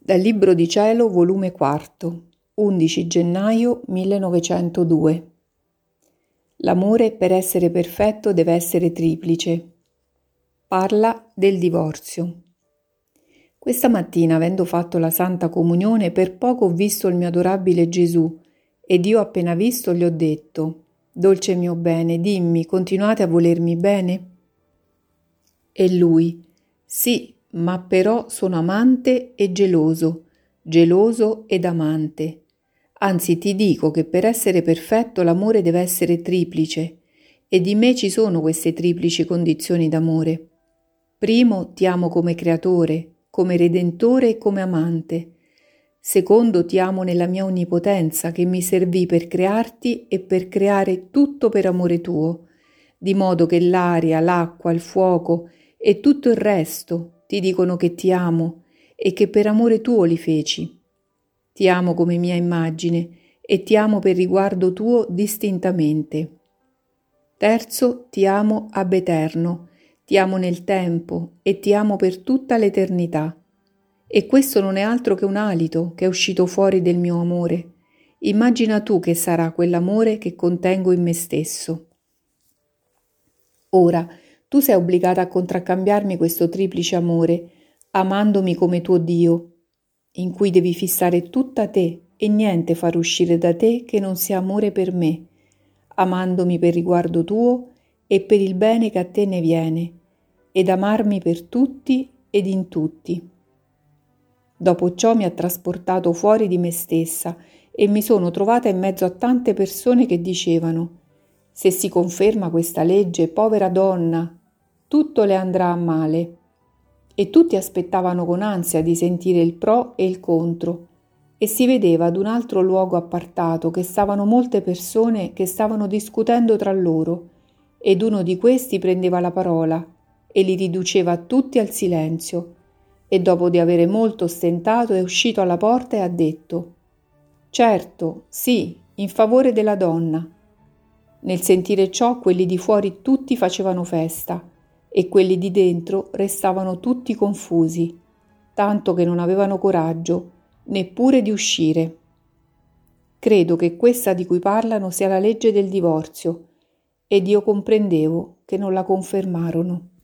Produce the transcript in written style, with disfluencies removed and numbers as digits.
Dal Libro di Cielo, volume 4, 11 gennaio 1902. L'amore per essere perfetto deve essere triplice. Parla del divorzio. Questa mattina, avendo fatto la Santa Comunione, per poco ho visto il mio adorabile Gesù, ed io appena visto gli ho detto: «Dolce mio bene, dimmi, continuate a volermi bene?» E lui: «Sì, ma però sono amante e geloso ed amante. Anzi, ti dico che per essere perfetto l'amore deve essere triplice, e di me ci sono queste triplici condizioni d'amore. Primo, ti amo come creatore, come redentore e come amante. Secondo, ti amo nella mia onnipotenza, che mi servì per crearti e per creare tutto per amore tuo, di modo che l'aria, l'acqua, il fuoco e tutto il resto ti dicono che ti amo e che per amore tuo li feci. Ti amo come mia immagine e ti amo per riguardo tuo distintamente. Terzo, ti amo ab eterno, ti amo nel tempo e ti amo per tutta l'eternità. E questo non è altro che un alito che è uscito fuori del mio amore. Immagina tu che sarà quell'amore che contengo in me stesso. Ora, tu sei obbligata a contraccambiarmi questo triplice amore, amandomi come tuo Dio, in cui devi fissare tutta te e niente far uscire da te che non sia amore per me, amandomi per riguardo tuo e per il bene che a te ne viene, ed amarmi per tutti ed in tutti. Dopo ciò mi ha trasportato fuori di me stessa e mi sono trovata in mezzo a tante persone che dicevano: «Se si conferma questa legge, povera donna, tutto le andrà a male». E tutti aspettavano con ansia di sentire il pro e il contro, e si vedeva ad un altro luogo appartato che stavano molte persone che stavano discutendo tra loro, ed uno di questi prendeva la parola e li riduceva tutti al silenzio, e dopo di avere molto stentato è uscito alla porta e ha detto: «Certo, sì, in favore della donna». Nel sentire ciò, quelli di fuori tutti facevano festa, e quelli di dentro restavano tutti confusi, tanto che non avevano coraggio neppure di uscire. Credo che questa di cui parlano sia la legge del divorzio, ed io comprendevo che non la confermarono.